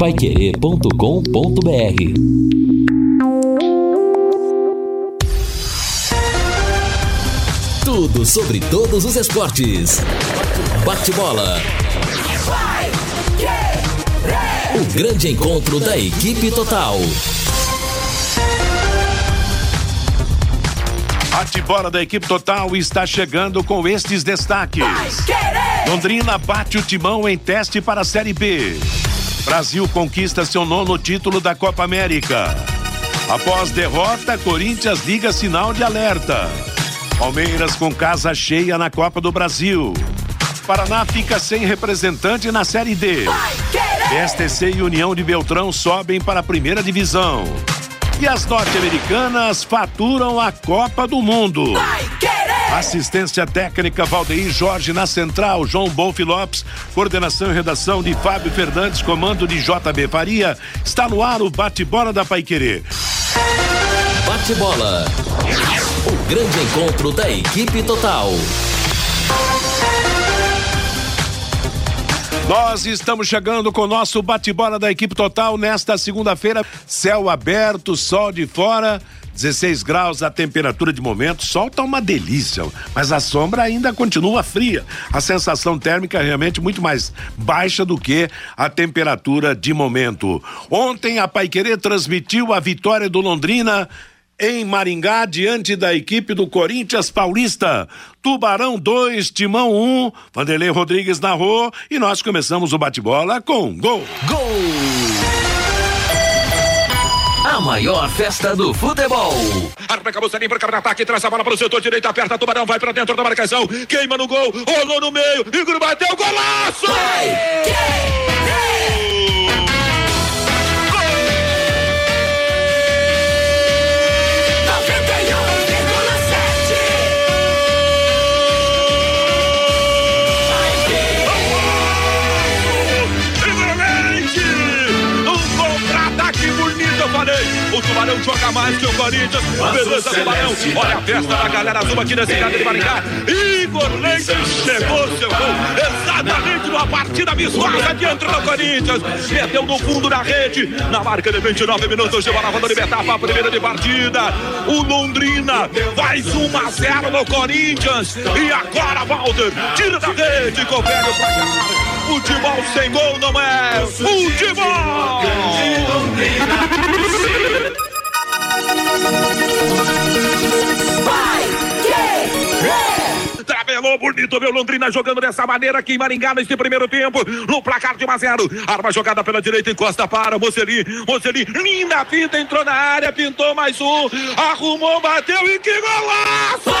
paiquerê.com.br. Tudo sobre todos os esportes. Bate-bola. O grande encontro da equipe total. Bate-bola da equipe total está chegando com estes destaques. Londrina bate o Timão em teste para a Série B. Brasil conquista seu 9º título da Copa América. Após derrota, Corinthians liga sinal de alerta. Palmeiras com casa cheia na Copa do Brasil. Paraná fica sem representante na Série D. STC e União de Beltrão sobem para a primeira divisão. E as norte-americanas faturam a Copa do Mundo. Assistência técnica Valdeir Jorge na central, João Bolfi Lopes, coordenação e redação de Fábio Fernandes, comando de JB Faria. Está no ar o Bate-Bola da Paiquerê. Bate-bola. O grande encontro da equipe total. Nós estamos chegando com o nosso bate-bola da equipe total nesta segunda-feira. Céu aberto, sol de fora, 16 graus a temperatura de momento. Sol tá uma delícia, mas a sombra ainda continua fria. A sensação térmica é realmente muito mais baixa do que a temperatura de momento. Ontem a Paiquerê transmitiu a vitória do Londrina em Maringá, diante da equipe do Corinthians Paulista. Tubarão 2, Timão 1, Vanderlei Rodrigues narrou e nós começamos o bate-bola com gol. Gol! A maior festa do futebol. Arranca a Mocelinho para o contra-ataque, traz a bola para o setor direito, aperta, Tubarão vai para dentro da marcação, queima no gol, rolou no meio, Igor bateu, golaço! O Tubarão joga mais que o Corinthians. Beleza, Tubarão. Olha a festa da galera azul aqui na cidade de Maringá. Igor Leite chegou, seu gol. Exatamente numa partida vistosa dentro do Corinthians. Meteu no fundo da rede. Na marca de 29 minutos de bola, rodando etapa, a primeira de partida. O Londrina faz 1-0 no Corinthians. E agora, Walter, tira da rede, confere o placar. Futebol sem gol não é futebol! Travelou bonito, meu Londrina jogando dessa maneira aqui em Maringá neste primeiro tempo, no placar de 1-0. Arma jogada pela direita, encosta para Mocelin, linda pinta, entrou na área, pintou mais um, arrumou, bateu e que golaço!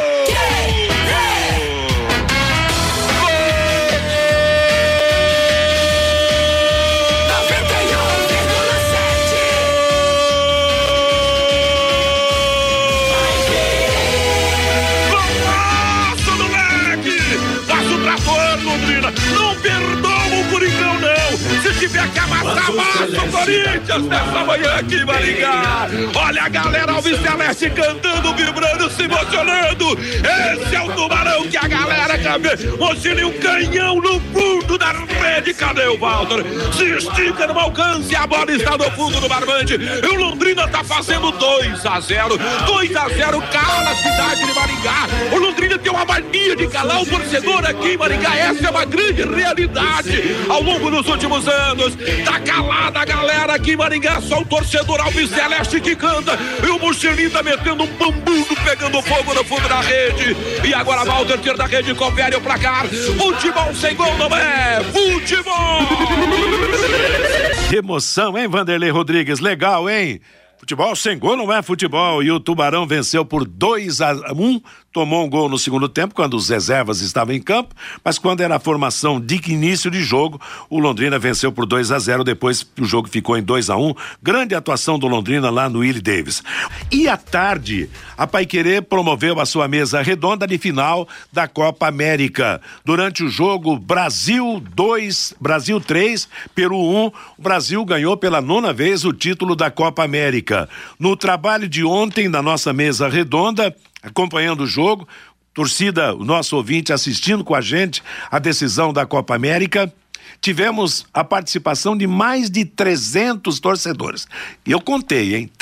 Não perdoa o Coringão, não. Se tiver que amassar, amassa o Corinthians nessa manhã aqui em Maringá. Olha a galera Alves Celeste cantando, vibrando, se emocionando. Esse é o Tubarão que a galera quer ver. Mocinho, um canhão no fundo da rede. Cadê o Walter? Se estica no alcance, a bola está no fundo do barbante. E o Londrina tá fazendo 2-0. 2-0, cala a cidade de Maringá. O Londrina tem uma mania de calar o torcedor aqui em Maringá. Essa é uma grande realidade ao longo dos últimos anos. Tá calada a galera aqui em Maringá, só o torcedor Alves Celeste que canta. E o Mochilinho tá metendo um bambudo, pegando fogo no fundo da rede. E agora Walter tira da rede, confere o placar. Futebol sem gol não é futebol! Que emoção, hein, Vanderlei Rodrigues? Legal, hein? Futebol sem gol não é futebol. E o Tubarão venceu por 2-1. Tomou um gol no segundo tempo, quando os reservas estavam em campo, mas quando era a formação de início de jogo, o Londrina venceu por 2-0, depois o jogo ficou em 2-1. Grande atuação do Londrina lá no Willie Davis. E à tarde, a Paiquerê promoveu a sua mesa redonda de final da Copa América. Durante o jogo Brasil 2, Brasil 3, Peru 1, o Brasil ganhou pela 9ª vez o título da Copa América. No trabalho de ontem, na nossa mesa redonda, acompanhando o jogo, torcida, o nosso ouvinte assistindo com a gente a decisão da Copa América, tivemos a participação de mais de 300 torcedores. E eu contei, hein?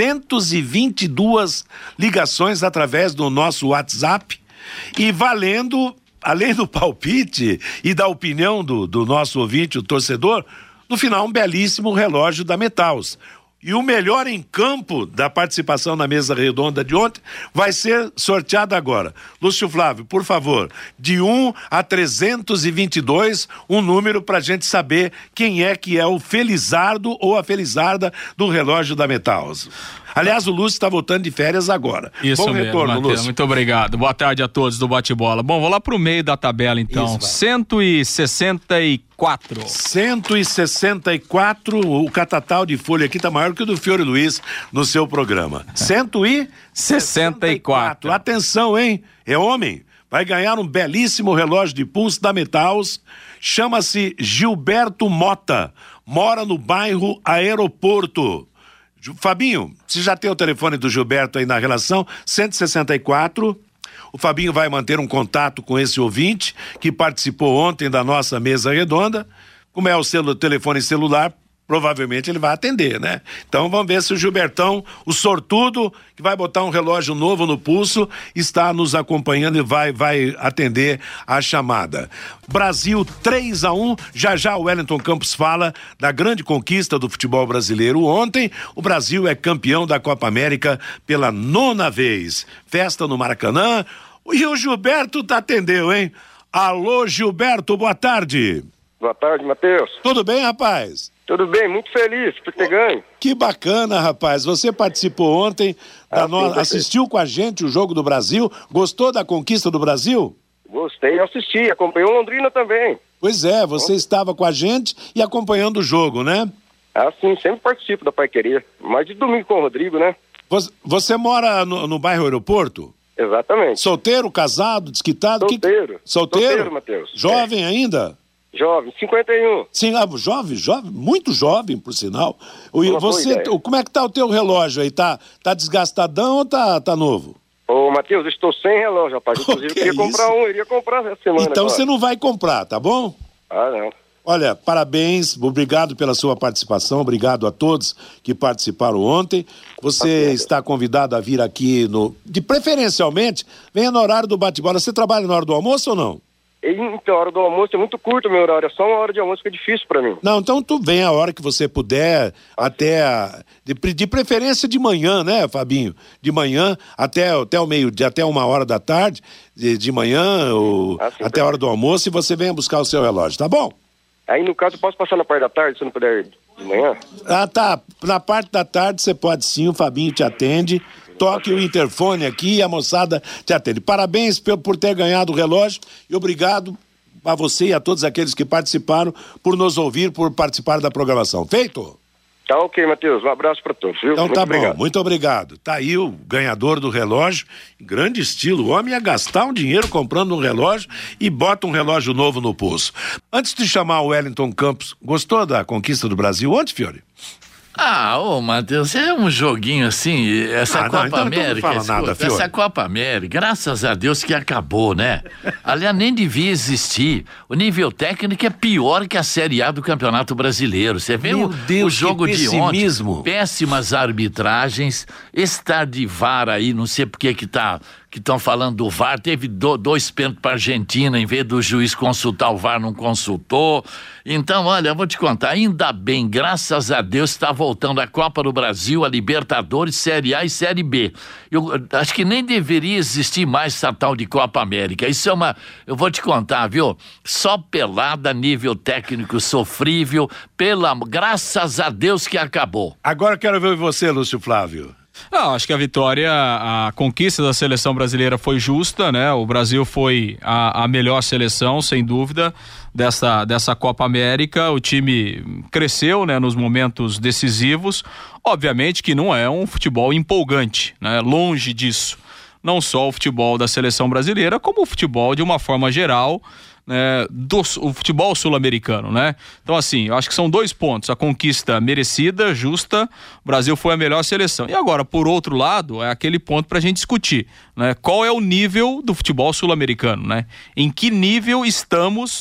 322 ligações através do nosso WhatsApp e valendo, além do palpite e da opinião do nosso ouvinte, o torcedor, no final um belíssimo relógio da Metals. E o melhor em campo da participação na mesa redonda de ontem vai ser sorteado agora. Lúcio Flávio, por favor, de 1 a 322, um número pra gente saber quem é que é o felizardo ou a felizarda do relógio da Metals. Aliás, o Lúcio está voltando de férias agora. Isso Bom mesmo, retorno, Matheus, Lúcio. muito obrigado. Boa tarde a todos do Bate-Bola. Bom, vou lá pro meio da tabela então. 164. 164, o catatal de folha aqui tá maior que o do Fiore Luiz no seu programa. 164. Atenção, hein? É homem. Vai ganhar um belíssimo relógio de pulso da Metals. Chama-se Gilberto Mota. Mora no bairro Aeroporto. Fabinho, você já tem o telefone do Gilberto aí na relação? 164. O Fabinho vai manter um contato com esse ouvinte que participou ontem da nossa mesa redonda. Como é o telefone celular, provavelmente ele vai atender, né? Então vamos ver se o Gilbertão, o sortudo, que vai botar um relógio novo no pulso, está nos acompanhando e vai atender a chamada. Brasil 3-1, já o Wellington Campos fala da grande conquista do futebol brasileiro ontem. O Brasil é campeão da Copa América pela 9ª vez. Festa no Maracanã. E o Gilberto atendeu, hein? Alô, Gilberto, boa tarde. Boa tarde, Matheus. Tudo bem, rapaz? Tudo bem, muito feliz por ter ganho. Que bacana, rapaz. Você participou ontem, assistiu com a gente o Jogo do Brasil, gostou da conquista do Brasil? Gostei, assisti, acompanhou Londrina também. Pois é, você estava com a gente e acompanhando o jogo, né? Ah, sim, sempre participo da Paiqueria, mas de domingo com o Rodrigo, né? Você mora no bairro Aeroporto? Exatamente. Solteiro, casado, desquitado? Solteiro. Solteiro, Matheus. Jovem ainda? Jovem, 51. Sim, jovem, muito jovem, por sinal. Como é que tá o teu relógio aí? Tá desgastadão ou tá novo? Ô, Matheus, eu estou sem relógio, rapaz. Inclusive, eu iria comprar essa semana. Então você não vai comprar, tá bom? Ah, não. Olha, parabéns, obrigado pela sua participação, obrigado a todos que participaram ontem. Você está convidado a vir aqui preferencialmente, venha no horário do bate-bola. Você trabalha na hora do almoço ou não? Então, a hora do almoço é muito curto o meu horário, é só uma hora de almoço que é difícil pra mim. Não, então tu vem a hora que você puder, de preferência de manhã, né, Fabinho? De manhã até o meio-dia, até 1h da tarde, de manhã ou até a hora do almoço, e você venha buscar o seu relógio, tá bom? Aí, no caso, eu posso passar na parte da tarde, se não puder de manhã? Ah, tá. Na parte da tarde você pode sim, o Fabinho te atende. Toque o interfone aqui e a moçada te atende. Parabéns por ter ganhado o relógio e obrigado a você e a todos aqueles que participaram por nos ouvir, por participar da programação. Feito? Tá ok, Matheus. Um abraço pra todos, viu? Então muito tá obrigado. Bom, muito obrigado. Tá aí o ganhador do relógio, grande estilo. O homem ia gastar um dinheiro comprando um relógio e bota um relógio novo no pulso. Antes de chamar o Wellington Campos, gostou da conquista do Brasil ontem, Fiore? Matheus, é um joguinho assim, essa Copa então América, não fala nada, essa Copa América, graças a Deus que acabou, né? Aliás, nem devia existir. O nível técnico é pior que a Série A do Campeonato Brasileiro. Você vê o jogo de ontem, péssimas arbitragens, estar de VAR aí, não sei por que estão falando do VAR, teve 2 pênaltis para a Argentina, em vez do juiz consultar o VAR, não consultou. Então, olha, eu vou te contar, ainda bem, graças a Deus, está voltando a Copa do Brasil, a Libertadores, Série A e Série B. Eu acho que nem deveria existir mais essa tal de Copa América. Isso é eu vou te contar, viu? Só pelada, nível técnico sofrível, graças a Deus que acabou. Agora quero ver você, Lúcio Flávio. Acho que a conquista da seleção brasileira foi justa, né? O Brasil foi a melhor seleção, sem dúvida, dessa Copa América. O time cresceu, né, nos momentos decisivos. Obviamente que não é um futebol empolgante, né? Longe disso. Não só o futebol da seleção brasileira, como o futebol de uma forma geral, né, o futebol sul-americano, né? Então, assim, eu acho que são 2 pontos: a conquista merecida, justa, o Brasil foi a melhor seleção. E agora, por outro lado, é aquele ponto pra gente discutir, né? Qual é o nível do futebol sul-americano, né? Em que nível estamos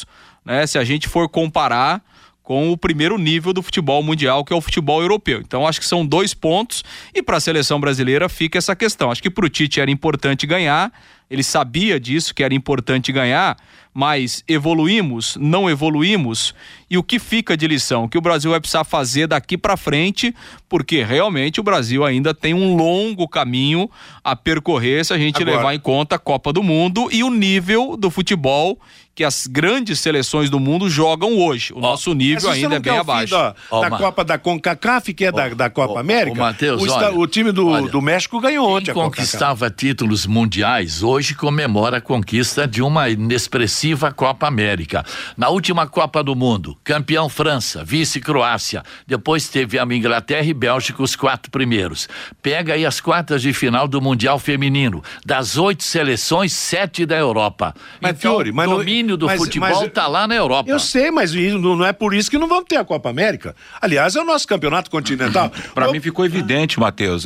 né, se a gente for comparar com o primeiro nível do futebol mundial, que é o futebol europeu. Então acho que são 2 pontos, e para a seleção brasileira fica essa questão. Acho que para o Tite era importante ganhar, ele sabia disso, que era importante ganhar, mas evoluímos, não evoluímos, e o que fica de lição? O que o Brasil vai precisar fazer daqui para frente, porque realmente o Brasil ainda tem um longo caminho a percorrer se a gente levar em conta a Copa do Mundo e o nível do futebol que as grandes seleções do mundo jogam hoje. O nosso nível ainda é bem abaixo. Da Copa da CONCACAF, que é da Copa América, Mateus, o time do México ganhou ontem. Quem conquistava títulos mundiais hoje comemora a conquista de uma inexpressiva Copa América. Na última Copa do Mundo, campeão França, vice Croácia, depois teve a Inglaterra e Bélgica, os 4 primeiros. Pega aí as quartas de final do Mundial Feminino. Das 8 seleções, 7 da Europa. Mas, então, Fiore, mas domínio do futebol tá lá na Europa. Eu sei, mas não é por isso que não vamos ter a Copa América. Aliás, é o nosso campeonato continental. Para mim ficou evidente, Matheus,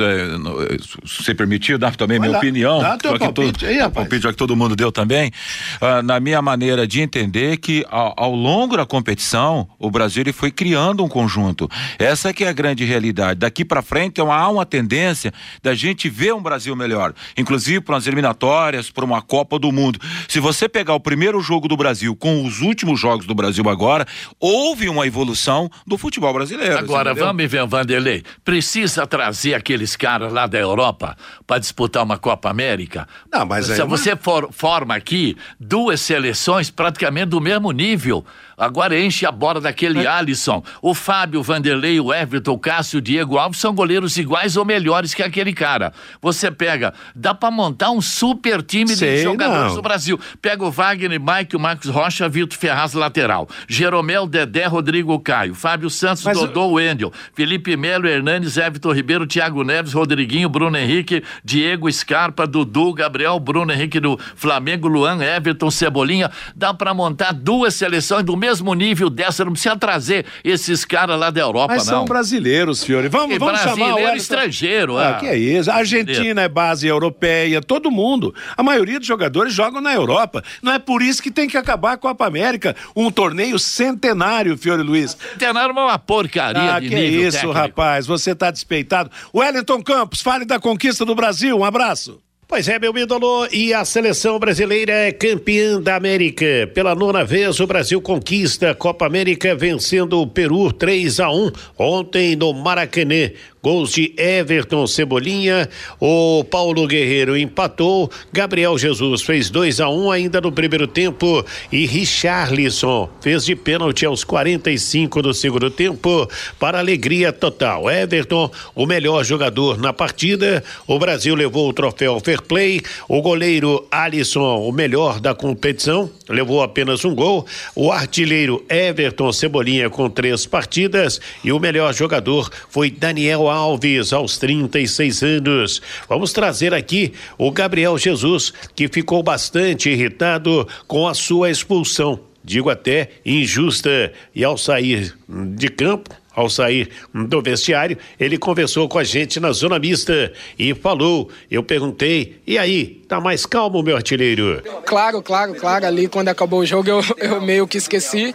se você permitir, dar também minha opinião. Dá teu palpite aí, rapaz. Palpite que todo mundo deu também. Na minha maneira de entender que ao longo da competição, o Brasil ele foi criando um conjunto. Essa que é a grande realidade. Daqui para frente há uma tendência da gente ver um Brasil melhor. Inclusive para as eliminatórias, para uma Copa do Mundo. Se você pegar o primeiro jogo do Brasil com os últimos jogos do Brasil agora, houve uma evolução do futebol brasileiro. Agora, vamos ver, Vanderlei, precisa trazer aqueles caras lá da Europa para disputar uma Copa América? Não, mas se você forma aqui 2 seleções praticamente do mesmo nível, agora enche a bola daquele Alisson, o Fábio, o Vanderlei, o Everton, o Cássio, o Diego Alves são goleiros iguais ou melhores que aquele cara. Você pega, dá pra montar um super time de jogadores do Brasil. Pega o Wagner, Mike, o Marcos Rocha, Vitor Ferraz, lateral. Jeromel, Dedé, Rodrigo Caio, Fábio Santos, Dodô, Wendel, Felipe Melo, Hernanes, Everton Ribeiro, Thiago Neves, Rodriguinho, Bruno Henrique, Diego Scarpa, Dudu, Gabriel, Bruno Henrique do Flamengo, Luan, Everton, Cebolinha. Dá pra montar 2 seleções do mesmo nível dessa, não precisa trazer esses caras lá da Europa, mas não. São brasileiros, Fiore. Vamos chamar o estrangeiro. Que é isso? A Argentina é base europeia, todo mundo. A maioria dos jogadores jogam na Europa. Não é por isso que tem que acabar a Copa América, um torneio centenário, Fiore Luiz. Centenário é uma porcaria de que nível é isso, técnico. Rapaz, você tá despeitado. Wellington Campos, fale da conquista do Brasil, um abraço. Pois é, meu ídolo, e a seleção brasileira é campeã da América. Pela 9ª vez, o Brasil conquista a Copa América, vencendo o Peru 3-1 ontem no Maracanã. Gols de Everton, Cebolinha, o Paulo Guerreiro empatou, Gabriel Jesus fez 2-1 ainda no primeiro tempo e Richarlison fez de pênalti aos 45 do segundo tempo para alegria total. Everton, o melhor jogador na partida, o Brasil levou o troféu Fair Play, o goleiro Alisson, o melhor da competição, levou apenas um gol, o artilheiro Everton Cebolinha com 3 partidas e o melhor jogador foi Daniel Alves, aos 36 anos. Vamos trazer aqui o Gabriel Jesus, que ficou bastante irritado com a sua expulsão, digo até injusta, e ao sair de campo, ao sair do vestiário, ele conversou com a gente na zona mista e falou, eu perguntei, e aí, tá mais calmo, meu artilheiro? Claro, ali quando acabou o jogo eu meio que esqueci,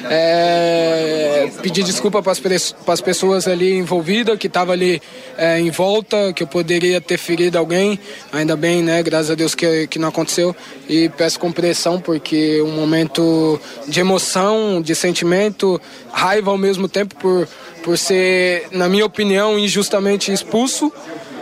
pedi desculpa para as pessoas ali envolvidas, que estavam ali em volta, que eu poderia ter ferido alguém, ainda bem, né, graças a Deus que não aconteceu, e peço compreensão porque um momento de emoção, de sentimento, raiva ao mesmo tempo por ser, na minha opinião, injustamente expulso,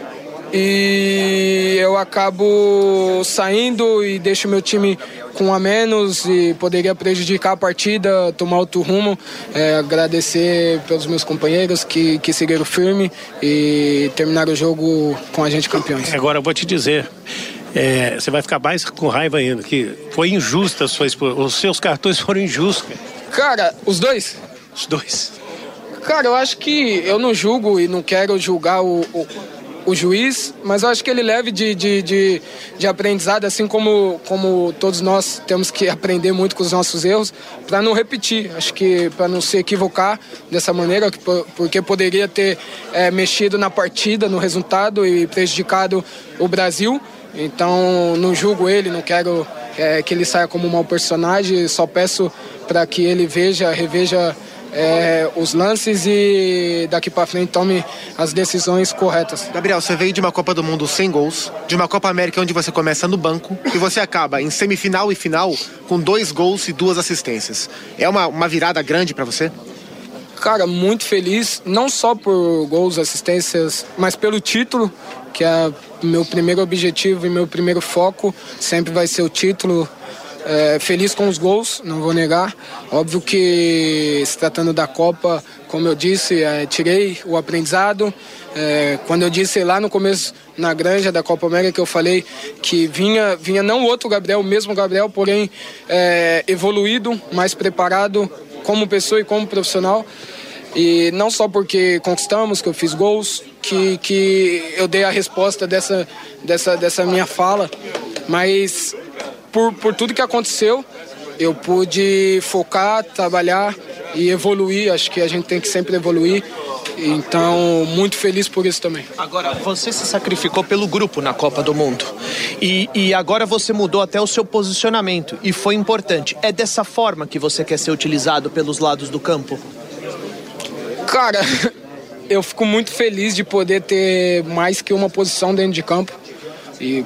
e eu acabo saindo e deixo meu time com a menos e poderia prejudicar a partida, tomar outro rumo. Agradecer pelos meus companheiros que seguiram firme e terminaram o jogo com a gente campeões. Agora eu vou te dizer, você vai ficar mais com raiva ainda, que foi injusta a sua expulsão, os seus cartões foram injustos. Cara, os dois? Os dois. Cara, eu acho que eu não julgo e não quero julgar o juiz, mas eu acho que ele leve de aprendizado, assim como todos nós temos que aprender muito com os nossos erros, para não repetir, acho que para não se equivocar dessa maneira, porque poderia ter mexido na partida, no resultado e prejudicado o Brasil. Então não julgo ele, não quero que ele saia como um mau personagem, só peço para que ele reveja os lances e daqui para frente tome as decisões corretas. Gabriel, você veio de uma Copa do Mundo sem gols, de uma Copa América onde você começa no banco e você acaba em semifinal e final com 2 gols e 2 assistências. É uma virada grande para você? Cara, muito feliz, não só por gols, assistências, mas pelo título, que é meu primeiro objetivo e meu primeiro foco, sempre vai ser o título. Feliz com os gols, não vou negar. Óbvio que, se tratando da Copa, como eu disse, tirei o aprendizado. Quando eu disse lá no começo, na granja da Copa América, eu falei que vinha não o outro Gabriel, o mesmo Gabriel, porém evoluído, mais preparado como pessoa e como profissional. E não só porque conquistamos, que eu fiz gols, que eu dei a resposta dessa minha fala, mas por tudo que aconteceu, eu pude focar, trabalhar e evoluir. Acho que a gente tem que sempre evoluir. Então, muito feliz por isso também. Agora, você se sacrificou pelo grupo na Copa do Mundo. E agora você mudou até o seu posicionamento. E foi importante. É dessa forma que você quer ser utilizado pelos lados do campo? Cara, eu fico muito feliz de poder ter mais que uma posição dentro de campo. E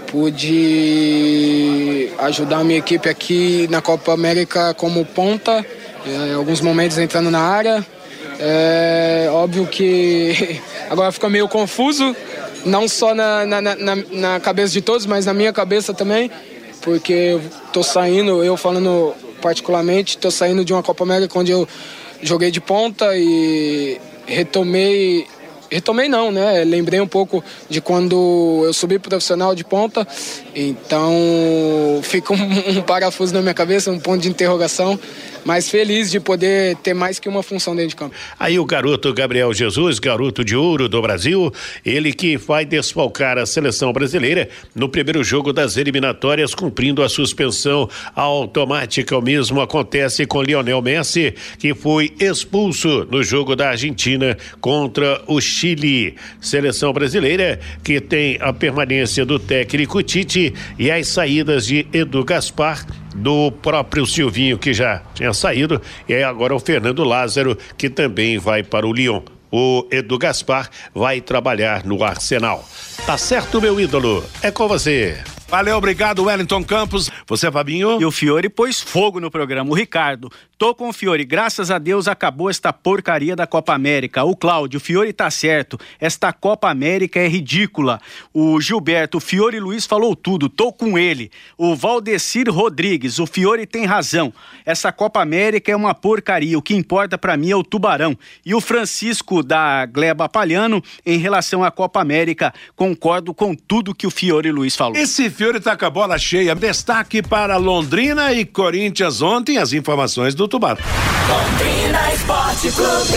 pude ajudar a minha equipe aqui na Copa América como ponta, em alguns momentos entrando na área. Óbvio que agora fica meio confuso, não só na cabeça de todos, mas na minha cabeça também, porque eu tô saindo, eu falando particularmente, tô saindo de uma Copa América onde eu joguei de ponta e retomei não, né? Lembrei um pouco de quando eu subi profissional de ponta, então fica um parafuso na minha cabeça, um ponto de interrogação, mas feliz de poder ter mais que uma função dentro de campo. Aí o garoto Gabriel Jesus, garoto de ouro do Brasil, ele que vai desfalcar a seleção brasileira no primeiro jogo das eliminatórias, cumprindo a suspensão automática. O mesmo acontece com Lionel Messi, que foi expulso no jogo da Argentina contra o Chile. Seleção brasileira que tem a permanência do técnico Tite e as saídas de Edu Gaspar, do próprio Silvinho, que já tinha saído, e agora o Fernando Lázaro, que também vai para o Lyon. O Edu Gaspar vai trabalhar no Arsenal. Tá certo, meu ídolo? É com você. Valeu, obrigado, Wellington Campos. Você, Fabinho? E o Fiore pôs fogo no programa. O Ricardo, tô com o Fiore. Graças a Deus acabou esta porcaria da Copa América. O Cláudio, o Fiore tá certo. Esta Copa América é ridícula. O Gilberto, o Fiore Luiz falou tudo. Tô com ele. O Valdecir Rodrigues, o Fiore tem razão. Essa Copa América é uma porcaria. O que importa pra mim é o Tubarão. E o Francisco da Gleba Palhano, em relação à Copa América, concordo com tudo que o Fiore Luiz falou. Esse Fiore tá com a bola cheia. Destaque para Londrina e Corinthians ontem, as informações do Tubarão. Londrina Esporte Clube.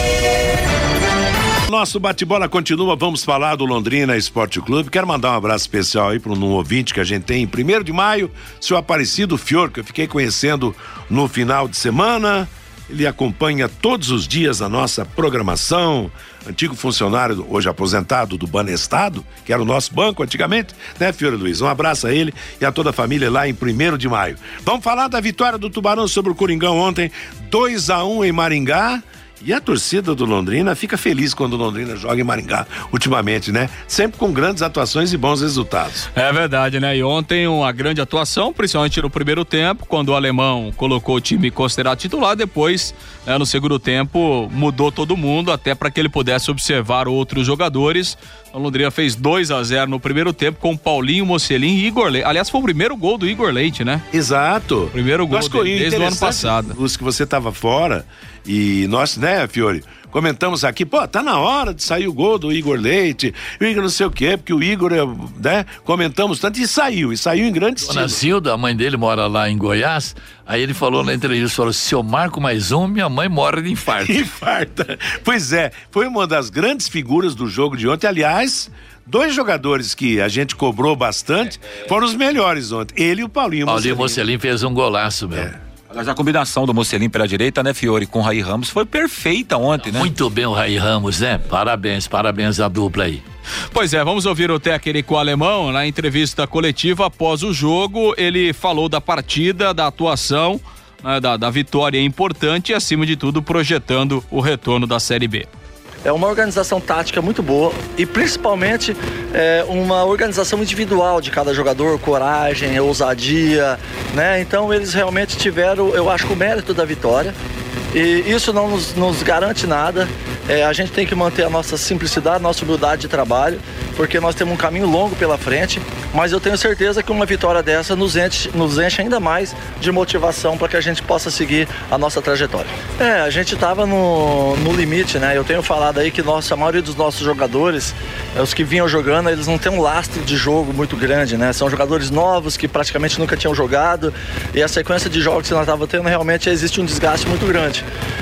Nosso bate-bola continua, vamos falar do Londrina Esporte Clube. Quero mandar um abraço especial aí para um ouvinte que a gente tem em 1º de maio, seu Aparecido Fior, que eu fiquei conhecendo no final de semana. Ele acompanha todos os dias a nossa programação, antigo funcionário, hoje aposentado do Banestado, que era o nosso banco antigamente, né, Fiore Luiz? Um abraço a ele e a toda a família lá em 1º de maio. Vamos falar da vitória do Tubarão sobre o Coringão ontem, 2-1 em Maringá. E a torcida do Londrina fica feliz quando o Londrina joga em Maringá, ultimamente, né? Sempre com grandes atuações e bons resultados. É verdade, né? E ontem uma grande atuação, principalmente no primeiro tempo, quando o alemão colocou o time considerado titular, depois, né, no segundo tempo, mudou todo mundo, até para que ele pudesse observar outros jogadores. O Londrina fez 2-0 no primeiro tempo com Paulinho, Mocelin e Igor Leite. Aliás, foi o primeiro gol do Igor Leite, né? Exato. Primeiro gol dele, desde o ano passado. Os que você estava fora e nós, né, Fiore, comentamos aqui, pô, tá na hora de sair o gol do Igor Leite, o Igor não sei o quê, porque o Igor, né, comentamos tanto e saiu em grande estilo. Dona Zilda, a mãe dele mora lá em Goiás, aí ele falou na entrevista, falou, se eu marco mais um, minha mãe morre de infarto. Infarta. Pois é, foi uma das grandes figuras do jogo de ontem, aliás, 2 jogadores que a gente cobrou bastante, foram os melhores ontem, ele e o Paulinho Mocelin. Paulinho Mocelin fez um golaço mesmo. Mas a combinação do Mocelin pela direita, né, Fiore, com o Raí Ramos foi perfeita ontem, né? Muito bem o Raí Ramos, né? Parabéns à dupla aí. Pois é, vamos ouvir o técnico alemão na entrevista coletiva após o jogo. Ele falou da partida, da atuação, né, da vitória importante e, acima de tudo, projetando o retorno da Série B. É uma organização tática muito boa e principalmente uma organização individual de cada jogador, coragem, ousadia, né? Então eles realmente tiveram, eu acho, o mérito da vitória. E isso não nos garante nada. A gente tem que manter a nossa simplicidade, nossa humildade de trabalho, porque nós temos um caminho longo pela frente, mas eu tenho certeza que uma vitória dessa nos enche ainda mais de motivação para que a gente possa seguir a nossa trajetória. A gente estava no limite, né? Eu tenho falado aí que a maioria dos nossos jogadores, os que vinham jogando, eles não têm um lastro de jogo muito grande, né? São jogadores novos que praticamente nunca tinham jogado, e a sequência de jogos que nós estávamos tendo, realmente existe um desgaste muito grande.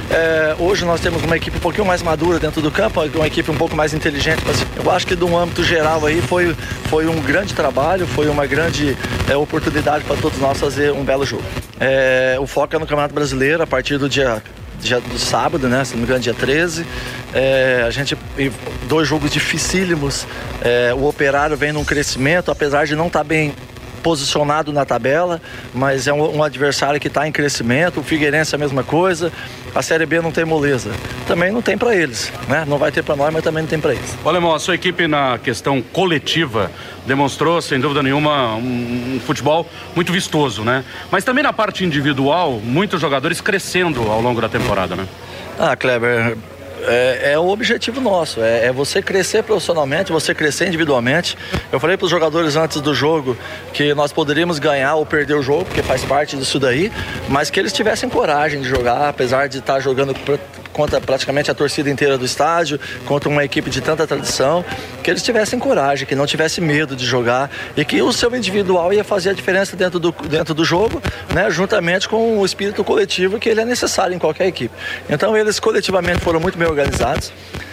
Hoje nós temos uma equipe um pouquinho mais madura dentro do campo, uma equipe um pouco mais inteligente. Eu acho que, de um âmbito geral aí, foi um grande trabalho, foi uma grande oportunidade para todos nós fazer um belo jogo. O foco é no Campeonato Brasileiro, a partir do dia do sábado, né? Se não me engano, dia 13. A gente, 2 jogos dificílimos. O Operário vem num crescimento, apesar de não estar bem posicionado na tabela, mas é um adversário que está em crescimento. O Figueirense é a mesma coisa. A Série B não tem moleza. Também não tem para eles, né? Não vai ter para nós, mas também não tem para eles. Olha, irmão, a sua equipe na questão coletiva demonstrou, sem dúvida nenhuma, um futebol muito vistoso, né? Mas também na parte individual, muitos jogadores crescendo ao longo da temporada, né? Kleber, é o objetivo nosso, é você crescer profissionalmente, você crescer individualmente. Eu falei para os jogadores antes do jogo que nós poderíamos ganhar ou perder o jogo, porque faz parte disso daí, mas que eles tivessem coragem de jogar, apesar de estar jogando contra praticamente a torcida inteira do estádio, contra uma equipe de tanta tradição, que eles tivessem coragem, que não tivessem medo de jogar e que o seu individual ia fazer a diferença dentro do jogo, né, juntamente com o espírito coletivo que ele é necessário em qualquer equipe. Então eles coletivamente foram muito bem organizados.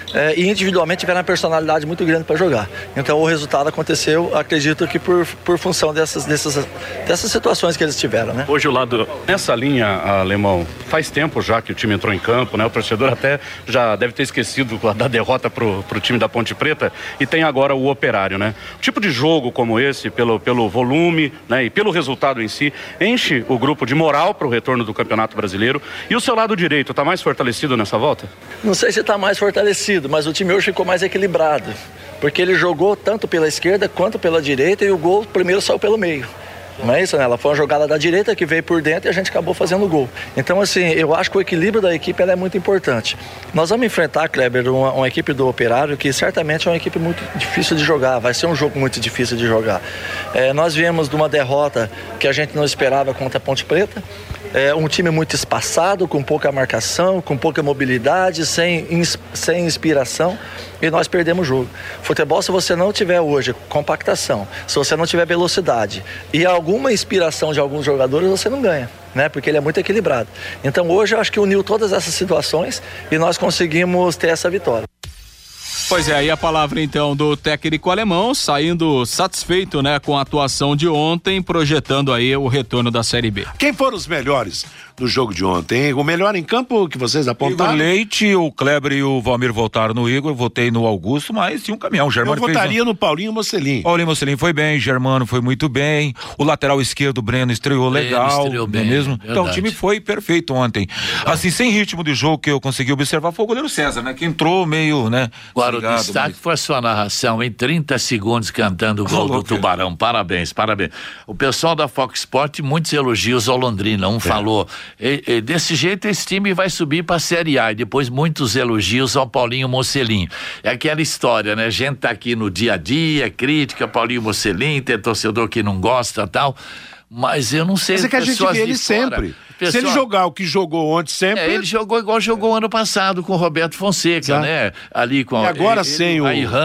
E individualmente tiveram uma personalidade muito grande para jogar. Então o resultado aconteceu, acredito que por função dessas situações que eles tiveram, né? Hoje o lado, nessa linha, Alemão, faz tempo já que o time entrou em campo, né? O torcedor até já deve ter esquecido da derrota pro time da Ponte Preta, e tem agora o Operário, né? O tipo de jogo como esse, pelo volume, né, e pelo resultado em si, enche o grupo de moral para o retorno do Campeonato Brasileiro. E o seu lado direito está mais fortalecido nessa volta? Não sei se está mais fortalecido, mas o time hoje ficou mais equilibrado, porque ele jogou tanto pela esquerda quanto pela direita, e o gol primeiro saiu pelo meio. Não é isso, né? Ela foi uma jogada da direita que veio por dentro e a gente acabou fazendo o gol. Então, assim, eu acho que o equilíbrio da equipe é muito importante. Nós vamos enfrentar, Kleber, uma equipe do Operário que certamente é uma equipe muito difícil de jogar, vai ser um jogo muito difícil de jogar. Nós viemos de uma derrota que a gente não esperava contra a Ponte Preta, um time muito espaçado, com pouca marcação, com pouca mobilidade, sem inspiração, e nós perdemos o jogo. Futebol, se você não tiver hoje compactação, se você não tiver velocidade e alguma inspiração de alguns jogadores, você não ganha, né? Porque ele é muito equilibrado. Então hoje eu acho que uniu todas essas situações e nós conseguimos ter essa vitória. Pois é, aí a palavra então do técnico alemão, saindo satisfeito, né, com a atuação de ontem, projetando aí o retorno da Série B. Quem foram os melhores no jogo de ontem? O melhor em campo que vocês apontaram? Igor Leite, o Kleber e o Valmir votaram no Igor, votei no Augusto, mas tinha um caminhão. O Germano eu votaria no Paulinho Mocelin. Paulinho Mocelin foi bem, Germano foi muito bem, o lateral esquerdo, o Breno, estreou legal. Estreou bem, mesmo. Verdade. Então o time foi perfeito ontem. Assim, sem ritmo de jogo que eu consegui observar foi o goleiro César, né? Que entrou meio, né? Agora o destaque foi a sua narração em 30 segundos cantando o gol do Tubarão. Parabéns, parabéns. O pessoal da Fox Sport, muitos elogios ao Londrina. Falou, desse jeito esse time vai subir para a Série A, e depois muitos elogios ao Paulinho Mocelin. É aquela história, né? A gente tá aqui no dia a dia, crítica, Paulinho Mocelin, tem torcedor que não gosta e tal, mas eu não sei. Mas é que a gente vê ele sempre. Se ele jogar o que jogou ontem sempre... ele jogou igual jogou ano passado com o Roberto Fonseca, né? Ali com e agora sem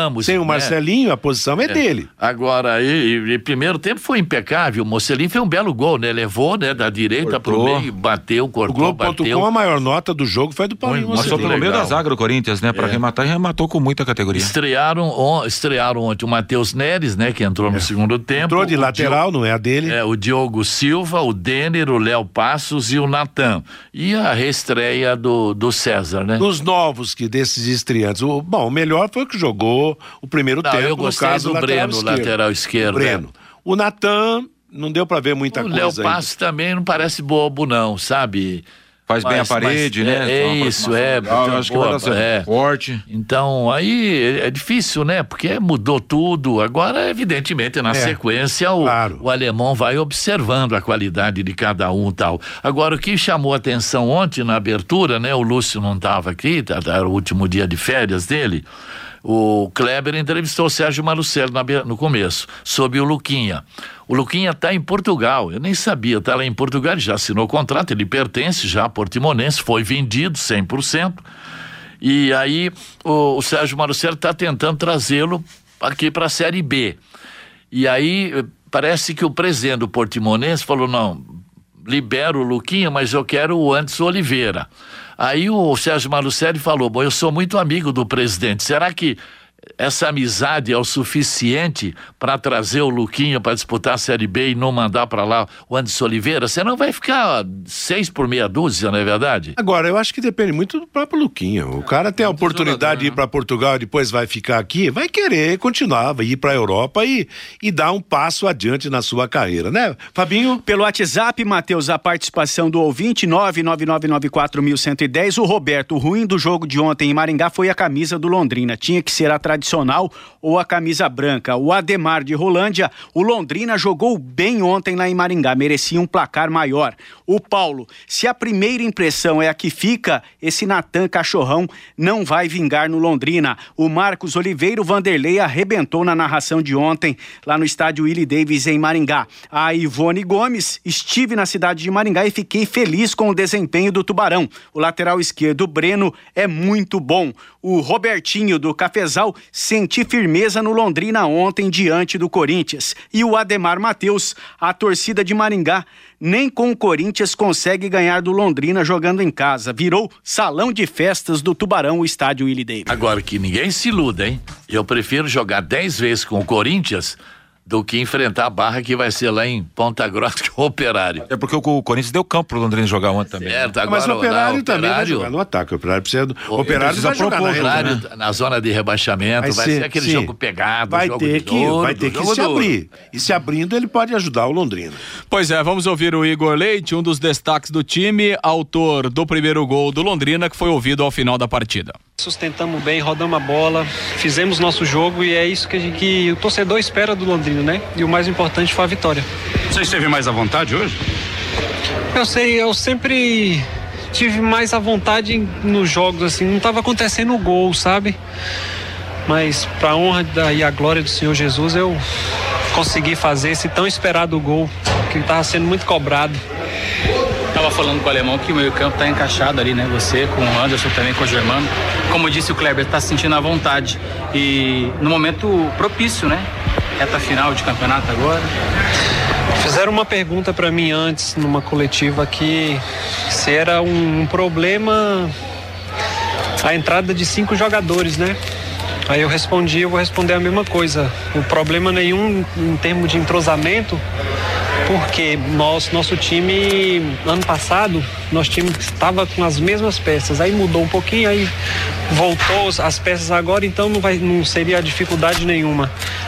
o Marcelinho, a posição é dele. Agora, e primeiro tempo foi impecável, o Mocelin fez um belo gol, né? Levou, né, da direita pro meio, bateu, cortou, o Globo.com, a maior nota do jogo foi do Paulinho Mocelin. Passou pelo meio da zaga do Corinthians, né? Pra rematar, e rematou com muita categoria. Estrearam ontem o Matheus Neres, né? Que entrou no segundo tempo. Entrou de lateral, não é a dele. O Diogo Silva, o Denner, o Léo Passos e o Natan. E a reestreia do César, né? Dos novos desses estreantes. O melhor foi o que jogou o primeiro tempo. Eu gostei do Breno, lateral esquerdo. O Natan não deu para ver muita coisa. O Léo Passos também não parece bobo, não, sabe? Faz bem a parede, né? Acho que vai ser forte. Então, aí é difícil, né? Porque mudou tudo. Agora, evidentemente, na sequência, o alemão vai observando a qualidade de cada um e tal. Agora, o que chamou a atenção ontem na abertura, né? O Lúcio não estava aqui, era o último dia de férias dele. O Kleber entrevistou o Sérgio Malucelli no começo, sobre o Luquinha. O Luquinha está em Portugal, eu nem sabia, está lá em Portugal, ele já assinou o contrato, ele pertence já a Portimonense, foi vendido 100%. E aí o Sérgio Malucelli está tentando trazê-lo aqui para a Série B. E aí parece que o presidente do Portimonense falou, não, libero o Luquinha, mas eu quero o Anderson Oliveira. Aí o Sérgio Malucelli falou, bom, eu sou muito amigo do presidente, será que essa amizade é o suficiente para trazer o Luquinha para disputar a Série B e não mandar para lá o Anderson Oliveira? Você não vai ficar 6 por meia dúzia, não é verdade? Agora, eu acho que depende muito do próprio Luquinha. O cara tem a oportunidade de ir para Portugal e depois vai ficar aqui, vai querer continuar, vai ir para a Europa e dar um passo adiante na sua carreira, né, Fabinho? Pelo WhatsApp, Matheus, a participação do ouvinte 999941110. O Roberto, o ruim do jogo de ontem em Maringá foi a camisa do Londrina. Tinha que ser a tradicional ou a camisa branca. O Ademar de Rolândia, o Londrina jogou bem ontem lá em Maringá, merecia um placar maior. O Paulo, se a primeira impressão é a que fica, esse Natan Cachorrão não vai vingar no Londrina. O Marcos Oliveira, o Vanderlei arrebentou na narração de ontem lá no estádio Willie Davis em Maringá. A Ivone Gomes, estive na cidade de Maringá e fiquei feliz com o desempenho do Tubarão. O lateral esquerdo, Breno, é muito bom. O Robertinho do Cafezal, senti firmeza no Londrina ontem diante do Corinthians. E o Ademar Matheus, a torcida de Maringá, nem com o Corinthians consegue ganhar do Londrina jogando em casa. Virou salão de festas do Tubarão, o estádio Willie Davis. Agora que ninguém se iluda, hein? Eu prefiro jogar 10 vezes com o Corinthians do que enfrentar a Barra, que vai ser lá em Ponta Grossa, que é o Operário. É porque o Corinthians deu campo pro Londrina jogar ontem também. Certo, agora, mas o Operário também vai jogar no ataque. O Operário precisa do... O Operário vai jogar na zona de rebaixamento, vai ser aquele jogo pegado, vai ter que se abrir. E se abrindo, ele pode ajudar o Londrina. Pois é, vamos ouvir o Igor Leite, um dos destaques do time, autor do primeiro gol do Londrina, que foi ouvido ao final da partida. Sustentamos bem, rodamos a bola, fizemos nosso jogo e é isso que o torcedor espera do Londrina, né? E o mais importante foi a vitória. Você esteve mais à vontade hoje? Eu sempre tive mais à vontade nos jogos, assim, não estava acontecendo o gol, sabe? Mas pra honra e a glória do Senhor Jesus, eu consegui fazer esse tão esperado gol, que estava sendo muito cobrado. Estava falando com o Alemão que o meio campo está encaixado ali, né? Você com o Anderson, também com o Germano. Como disse o Kleber, está se sentindo à vontade. E no momento propício, né? Reta final de campeonato agora. Fizeram uma pergunta para mim antes, numa coletiva, que se era um problema a entrada de 5 jogadores, né? Aí eu vou responder a mesma coisa. O problema nenhum em termos de entrosamento, porque nosso time, ano passado, nosso time estava com as mesmas peças, aí mudou um pouquinho, aí voltou as peças agora, então não seria dificuldade nenhuma.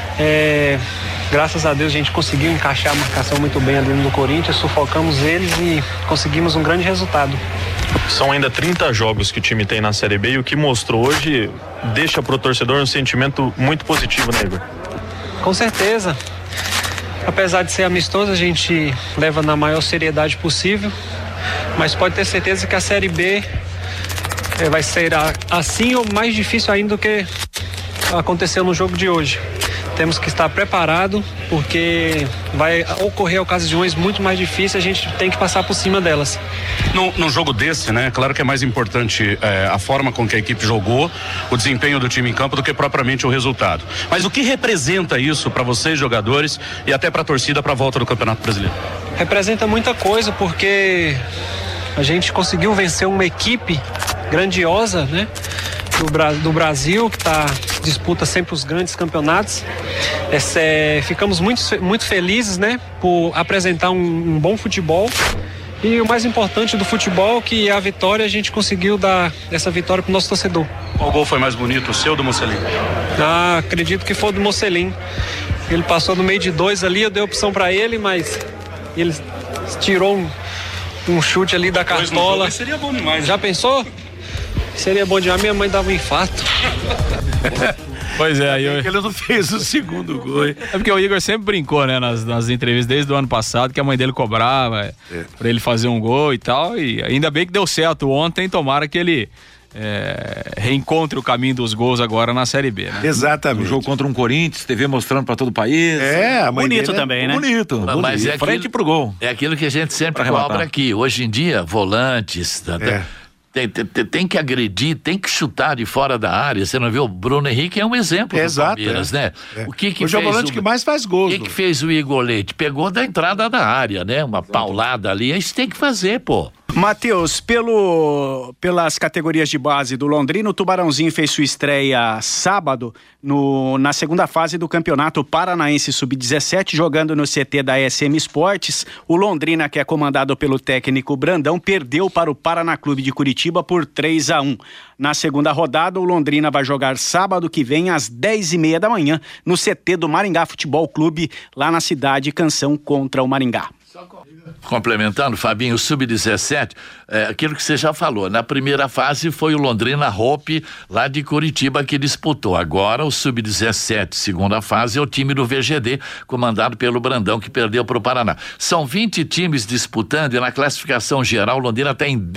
Graças a Deus a gente conseguiu encaixar a marcação muito bem ali no Corinthians, sufocamos eles e conseguimos um grande resultado. São ainda 30 jogos que o time tem na Série B e o que mostrou hoje deixa pro torcedor um sentimento muito positivo, né, Igor? Com certeza. Apesar de ser amistoso, a gente leva na maior seriedade possível, mas pode ter certeza que a Série B vai ser assim ou mais difícil ainda do que aconteceu no jogo de hoje. Temos que estar preparado, porque vai ocorrer ocasiões muito mais difíceis, a gente tem que passar por cima delas. Num jogo desse, né? Claro que é mais importante a forma com que a equipe jogou, o desempenho do time em campo, do que propriamente o resultado. Mas o que representa isso para vocês, jogadores, e até para a torcida para a volta do Campeonato Brasileiro? Representa muita coisa, porque a gente conseguiu vencer uma equipe grandiosa, né? Do Brasil, que disputa sempre os grandes campeonatos. Ficamos muito felizes, né, por apresentar um bom futebol. E o mais importante do futebol, que é a vitória, a gente conseguiu dar essa vitória para o nosso torcedor. Qual gol foi mais bonito, o seu ou do Mocelin? Acredito que foi do Mocelin. Ele passou no meio de 2 ali, eu dei opção para ele, mas ele tirou um chute ali da cartola. Seria bom demais. Já pensou? Seria bom demais, minha mãe dava um infarto. Pois é, ele não fez o segundo gol. É porque o Igor sempre brincou, né, nas entrevistas desde o ano passado, que a mãe dele cobrava pra ele fazer um gol e tal, e ainda bem que deu certo ontem, tomara que ele reencontre o caminho dos gols agora na Série B, né? Exatamente. O jogo contra um Corinthians, TV mostrando pra todo o país. Bonito também, né? Bonito. Mas é frente aquilo, pro gol. É aquilo que a gente sempre cobra aqui. Hoje em dia, volantes... Tem que agredir, tem que chutar de fora da área. Você não viu? O Bruno Henrique é um exemplo do Palmeiras, né? O que Hoje é o volante que mais faz gols. O que fez o Igor Leite? Pegou da entrada da área, né? Uma paulada ali. Isso tem que fazer, pô. Matheus, pelas categorias de base do Londrina, o Tubarãozinho fez sua estreia sábado na segunda fase do Campeonato Paranaense Sub-17, jogando no CT da SM Esportes. O Londrina, que é comandado pelo técnico Brandão, perdeu para o Paraná Clube de Curitiba por 3-1. Na segunda rodada, o Londrina vai jogar sábado que vem às 10h30 da manhã no CT do Maringá Futebol Clube, lá na cidade Canção, contra o Maringá. Complementando, Fabinho, o Sub-17, aquilo que você já falou, na primeira fase foi o Londrina Hope, lá de Curitiba, que disputou. Agora o Sub-17, segunda fase, é o time do VGD, comandado pelo Brandão, que perdeu para o Paraná. São 20 times disputando e na classificação geral, o Londrina está em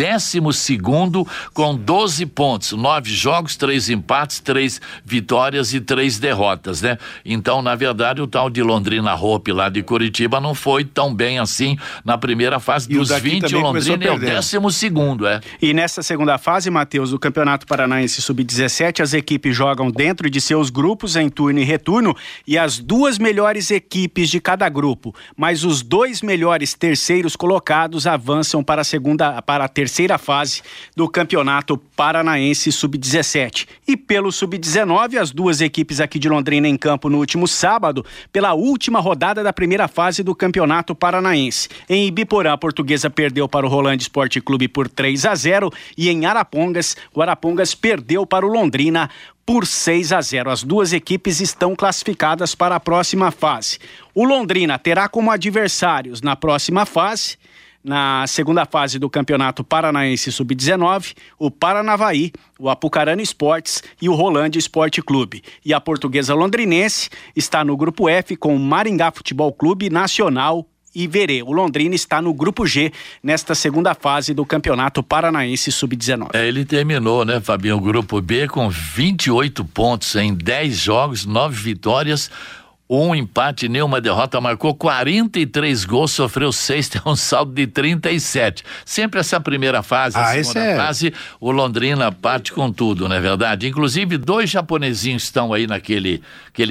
12º com 12 pontos, 9 jogos, 3 empates, 3 vitórias e 3 derrotas, né? Então, na verdade, o tal de Londrina Hope, lá de Curitiba, não foi tão bem assim na primeira fase. Dos 20, o Londrina é o 12º, E nessa segunda fase, Matheus, do Campeonato Paranaense Sub-17, as equipes jogam dentro de seus grupos em turno e retorno, e as 2 melhores equipes de cada grupo, mas os 2 melhores terceiros colocados avançam para a terceira fase do Campeonato Paranaense Sub-17. E pelo Sub-19, as 2 equipes aqui de Londrina em campo no último sábado, pela última rodada da primeira fase do Campeonato Paranaense. Em Ibiporã, a Portuguesa perdeu para o Rolândia Esporte Clube por 3-0 e em Arapongas, o Arapongas perdeu para o Londrina por 6-0. As 2 equipes estão classificadas para a próxima fase. O Londrina terá como adversários na próxima fase, na segunda fase do Campeonato Paranaense Sub-19, o Paranavaí, o Apucarana Esportes e o Rolândia Esporte Clube. E a Portuguesa Londrinense está no grupo F com o Maringá Futebol Clube, Nacional e Verê. O Londrina está no grupo G nesta segunda fase do Campeonato Paranaense Sub-19. Ele terminou, né, Fabinho, o grupo B com 28 pontos em 10 jogos, 9 vitórias, 1 empate, nenhuma derrota, marcou 43 gols, sofreu 6, tem um saldo de 37. Sempre essa primeira fase, a segunda fase, o Londrina parte com tudo, não é verdade? Inclusive, 2 japonesinhos estão aí naquele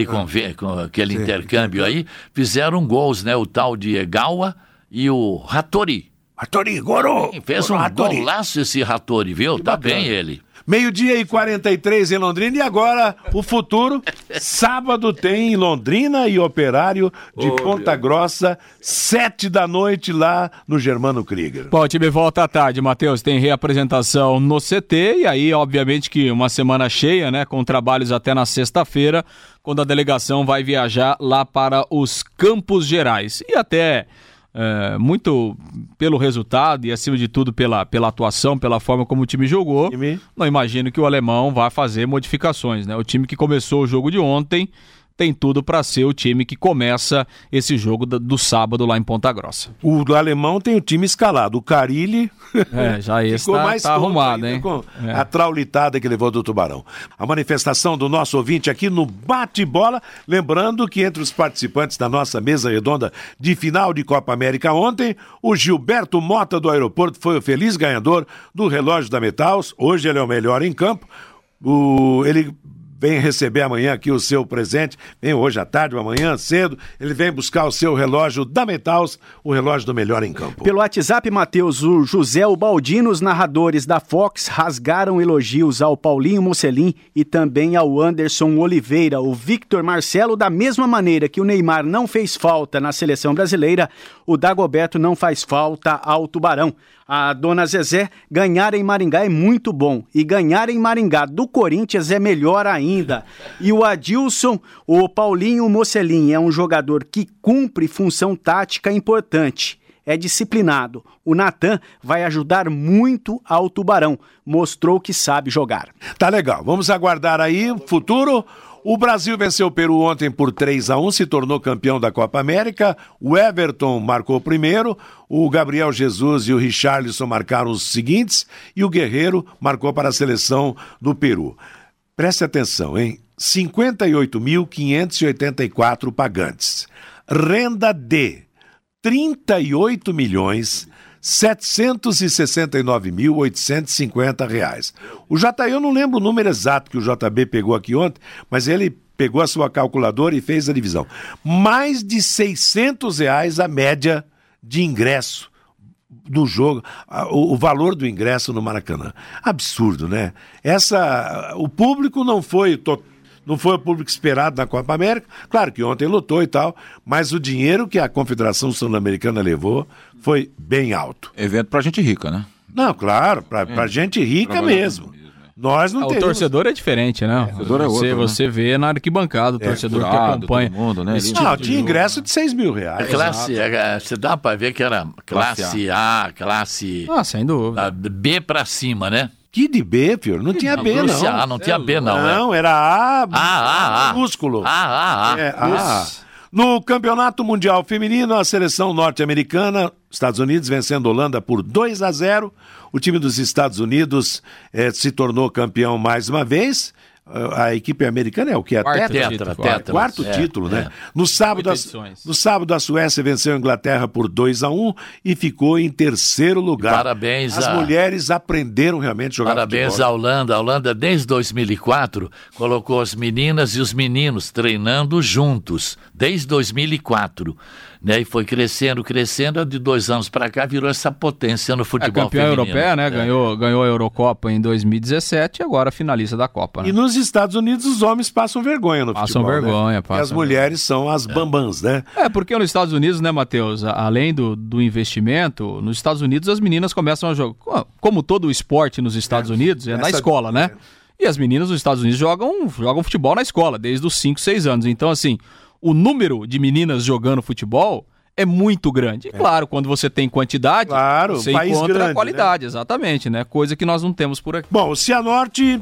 intercâmbio aí, fizeram gols, né? O tal de Egawa e o Hattori. Hattori, Goro! Fez um golaço esse Hattori, viu? Tá bem ele. 12h43 em Londrina e agora o futuro. Sábado tem Londrina e Operário de Ponta Grossa, 7 da noite lá no Germano Krieger. Bom, o time volta à tarde, Matheus, tem reapresentação no CT e aí obviamente que uma semana cheia, né, com trabalhos até na sexta-feira, quando a delegação vai viajar lá para os Campos Gerais e até... muito pelo resultado e acima de tudo pela atuação, pela forma como o time jogou, não imagino que o alemão vá fazer modificações, né? O time que começou o jogo de ontem tem tudo para ser o time que começa esse jogo do sábado lá em Ponta Grossa. O alemão tem o time escalado, o Carille já esse tá arrumado, hein? Com a traulitada que levou do Tubarão. A manifestação do nosso ouvinte aqui no Bate-Bola, lembrando que entre os participantes da nossa mesa redonda de final de Copa América ontem, o Gilberto Mota do Aeroporto foi o feliz ganhador do relógio da Metals. Hoje ele é o melhor em campo. Ele vem receber amanhã aqui o seu presente, vem hoje à tarde ou amanhã cedo, ele vem buscar o seu relógio da Metals, o relógio do melhor em campo. Pelo WhatsApp, Matheus, o José Ubaldino, os narradores da Fox rasgaram elogios ao Paulinho Mocelin e também ao Anderson Oliveira. O Victor Marcelo, da mesma maneira que o Neymar não fez falta na seleção brasileira, o Dagoberto não faz falta ao Tubarão. A dona Zezé, ganhar em Maringá é muito bom. E ganhar em Maringá do Corinthians é melhor ainda. E o Adilson, o Paulinho Mocelin, é um jogador que cumpre função tática importante. É disciplinado. O Natan vai ajudar muito ao Tubarão. Mostrou que sabe jogar. Tá legal. Vamos aguardar aí o futuro. O Brasil venceu o Peru ontem por 3-1, se tornou campeão da Copa América. O Everton marcou o primeiro, o Gabriel Jesus e o Richarlison marcaram os seguintes e o Guerreiro marcou para a seleção do Peru. Preste atenção, hein? 58.584 pagantes. Renda de 38.769.850 reais. O JB, eu não lembro o número exato que o JB pegou aqui ontem, mas ele pegou a sua calculadora e fez a divisão. Mais de R$600 a média de ingresso do jogo, o valor do ingresso no Maracanã. Absurdo, né? O público não foi o público esperado na Copa América. Claro que ontem lotou e tal, mas o dinheiro que a Confederação Sul-Americana levou foi bem alto. Evento pra gente rica, né? Não, claro, pra gente rica mesmo. Nós não temos... O torcedor é diferente, né? O torcedor é outro, você vê na arquibancada, o torcedor que acompanha. Mundo, né? Tinha ingresso de R$6.000. Você dá pra ver que era classe A, classe... sem dúvida. B pra cima, né? Que de B, filho? Não tinha B, não. Não tinha B, não. Não, era A, músculo. A. No Campeonato Mundial Feminino, a seleção norte-americana, Estados Unidos vencendo a Holanda por 2-0. O time dos Estados Unidos se tornou campeão mais uma vez. A equipe americana é o que? Quarto título, né? No sábado, a Suécia venceu a Inglaterra por 2-1 e ficou em terceiro lugar. Parabéns. As mulheres aprenderam realmente a jogar futebol. Parabéns à Holanda. A Holanda, desde 2004, colocou as meninas e os meninos treinando juntos. Desde 2004. Né? E foi crescendo. De 2 anos para cá, virou essa potência no futebol campeã feminino. Europeia, né? Ganhou a Eurocopa em 2017 e agora finalista da Copa. Né? E nos Estados Unidos os homens passam vergonha no futebol. Vergonha. E as mulheres são as bambãs, né? Porque nos Estados Unidos, né, Matheus, além do investimento, nos Estados Unidos as meninas começam a jogar, como todo o esporte nos Estados Unidos, na escola, né? E as meninas nos Estados Unidos jogam futebol na escola, desde os 5, 6 anos. Então, assim, o número de meninas jogando futebol é muito grande. E claro, quando você tem quantidade, você encontra grande, a qualidade, né? Exatamente, né? Coisa que nós não temos por aqui. Bom, o Cianorte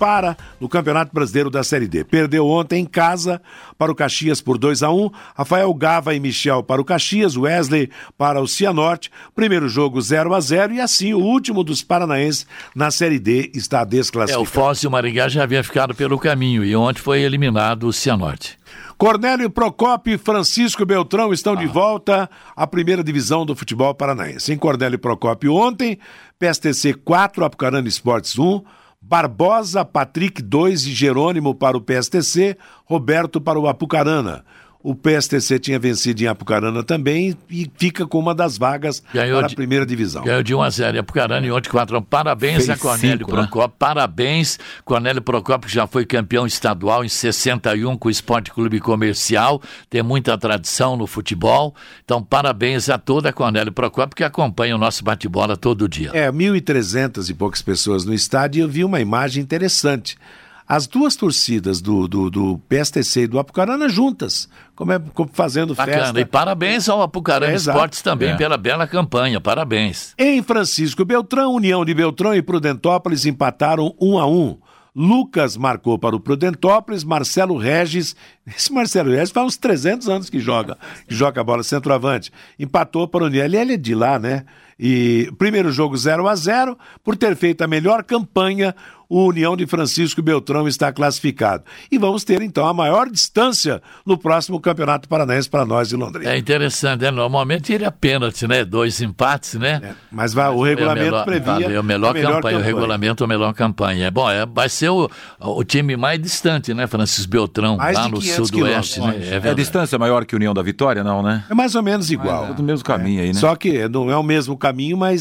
no Campeonato Brasileiro da Série D. Perdeu ontem em casa para o Caxias por 2-1. Rafael Gava e Michel para o Caxias, Wesley para o Cianorte. Primeiro jogo 0-0 e assim o último dos paranaenses na Série D está desclassificado. O Foz e o Maringá já havia ficado pelo caminho e ontem foi eliminado o Cianorte. Cornélio Procópio e Francisco Beltrão estão de volta à primeira divisão do futebol paranaense. Em Cornélio Procópio ontem, PSTC 4, Apucarana Esportes 1, Barbosa, Patrick 2 e Jerônimo para o PSTC, Roberto para o Apucarana. O PSTC tinha vencido em Apucarana também e fica com uma das vagas para a primeira divisão. Ganhou de 1-0 em Apucarana e ontem 4-1. Parabéns a Cornélio Procópio. Parabéns, Cornélio Procópio, que já foi campeão estadual em 61 com o Esporte Clube Comercial. Tem muita tradição no futebol. Então, parabéns a toda a Cornélio Procópio que acompanha o nosso bate-bola todo dia. 1.300 e poucas pessoas no estádio e eu vi uma imagem interessante. As duas torcidas do PSTC e do Apucarana juntas, fazendo festa. E parabéns ao Apucarana Esportes também pela bela campanha, parabéns. Em Francisco Beltrão, União de Beltrão e Prudentópolis empataram 1-1. Lucas marcou para o Prudentópolis, Marcelo Regis, esse Marcelo Regis faz uns 300 anos que joga a bola centroavante, empatou para o União, ele é de lá, né? E primeiro jogo 0-0, por ter feito a melhor campanha, o União de Francisco Beltrão está classificado. E vamos ter, então, a maior distância no próximo Campeonato Paranaense para nós de Londrina. É interessante, né? Normalmente iria pênalti, né? 2 empates, né? Mas o regulamento previa a melhor campanha. O regulamento, a melhor campanha. Vai ser o time mais distante, né? Francisco Beltrão, mais lá no sudoeste, né? É a distância maior que a União da Vitória, não, né? É mais ou menos igual. É do mesmo caminho aí, né? Só que não é o mesmo caminho, mas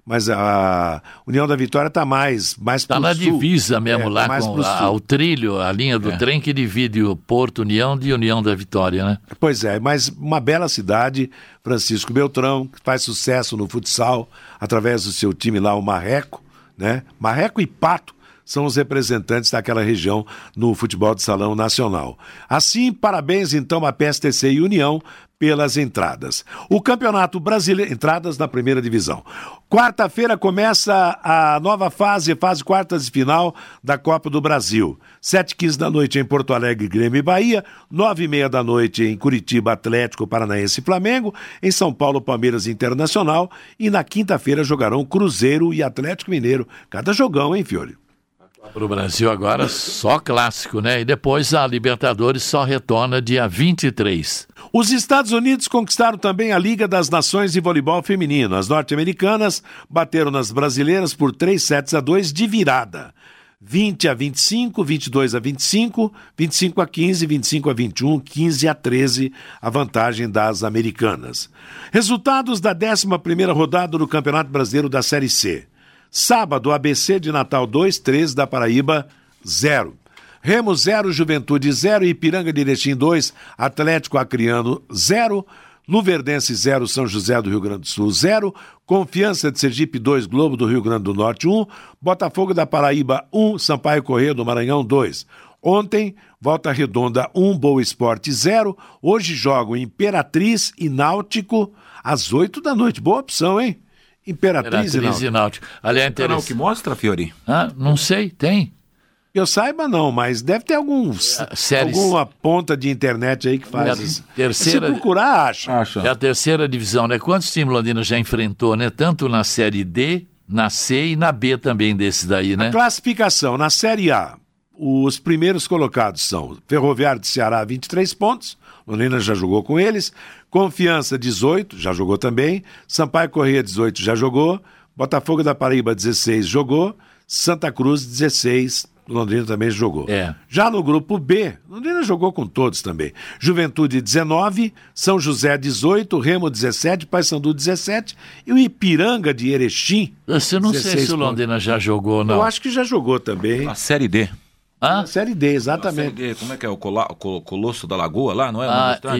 mas a União da Vitória está mais tá na sul. Divisa mesmo, lá com o trilho, a linha do trem que divide o Porto União de União da Vitória, né? Pois é, mas uma bela cidade, Francisco Beltrão, que faz sucesso no futsal através do seu time lá, o Marreco, né? Marreco e Pato são os representantes daquela região no futebol de salão nacional. Assim, parabéns então a PSTC e União pelas entradas. O Campeonato Brasileiro, entradas na primeira divisão. Quarta-feira começa a nova fase quartas de final da Copa do Brasil. 7h15 da noite em Porto Alegre, Grêmio e Bahia. 9h30 da noite em Curitiba, Atlético Paranaense e Flamengo. Em São Paulo, Palmeiras Internacional. E na quinta-feira jogarão Cruzeiro e Atlético Mineiro. Cada jogão, hein, Fiore? Para o Brasil agora só clássico, né? E depois a Libertadores só retorna dia 23. Os Estados Unidos conquistaram também a Liga das Nações de Voleibol Feminino. As norte-americanas bateram nas brasileiras por 3-2 de virada. 20-25, 22-25, 25-15, 25-21, 15-13, a vantagem das americanas. Resultados da 11ª rodada do Campeonato Brasileiro da Série C. Sábado, ABC de Natal 2, 13 da Paraíba 0. Remo 0, Juventude 0, Ipiranga de Erechim 2, Atlético Acreano 0, Luverdense 0, São José do Rio Grande do Sul 0, Confiança de Sergipe 2, Globo do Rio Grande do Norte 1, Botafogo da Paraíba 1, Sampaio Corrêa do Maranhão 2. Ontem, Volta Redonda 1, Boa Esporte 0. Hoje jogam Imperatriz e Náutico às 8 da noite. Boa opção, hein? Imperatriz e Náutico. Aliás, é canal que mostra, Fiori? Não sei, tem. Eu saiba não, mas deve ter alguma ponta de internet aí que faz. Se procurar, acha. É a terceira divisão, né? Quantos times Londrina já enfrentou, né? Tanto na Série D, na C e na B também desses daí, né? A classificação, na Série A, os primeiros colocados são Ferroviário de Ceará, 23 pontos. Londrina já jogou com eles. Confiança, 18, já jogou também. Sampaio Corrêa, 18, já jogou. Botafogo da Paraíba, 16, jogou. Santa Cruz, 16, Londrina também jogou. Já no grupo B, Londrina jogou com todos também. Juventude, 19, São José, 18, Remo, 17, Paysandu, 17 e o Ipiranga de Erechim, eu não sei se o Londrina já jogou ou não. Eu acho que já jogou também. A Série D. Na Série D, exatamente. Série D, como é que é? O Colosso da Lagoa lá, não é?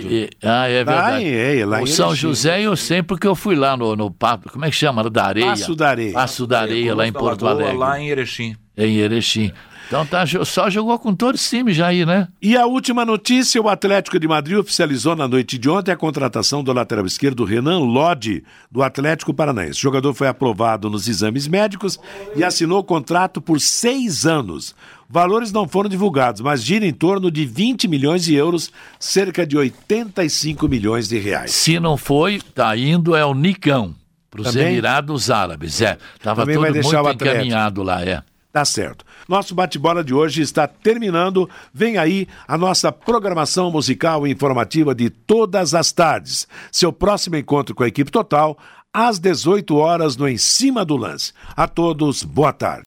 É verdade. Lá o São José eu sei porque eu fui lá no Papo, como é que chama? Da Areia. Passo da Areia. Passo da Areia, lá em Porto Alegre. Lá em Erechim. Em Erechim. Então só jogou com todos os times já aí, né? E a última notícia, o Atlético de Madrid oficializou na noite de ontem a contratação do lateral esquerdo Renan Lodi, do Atlético Paranaense. O jogador foi aprovado nos exames médicos e assinou o contrato por 6 anos. Valores não foram divulgados, mas gira em torno de 20 milhões de euros, cerca de 85 milhões de reais. Se não foi, tá indo é o Nicão, para os Emirados Árabes. Estava tudo muito encaminhado lá, Tá certo. Nosso bate-bola de hoje está terminando. Vem aí a nossa programação musical e informativa de todas as tardes. Seu próximo encontro com a equipe total, às 18 horas no Em Cima do Lance. A todos, boa tarde.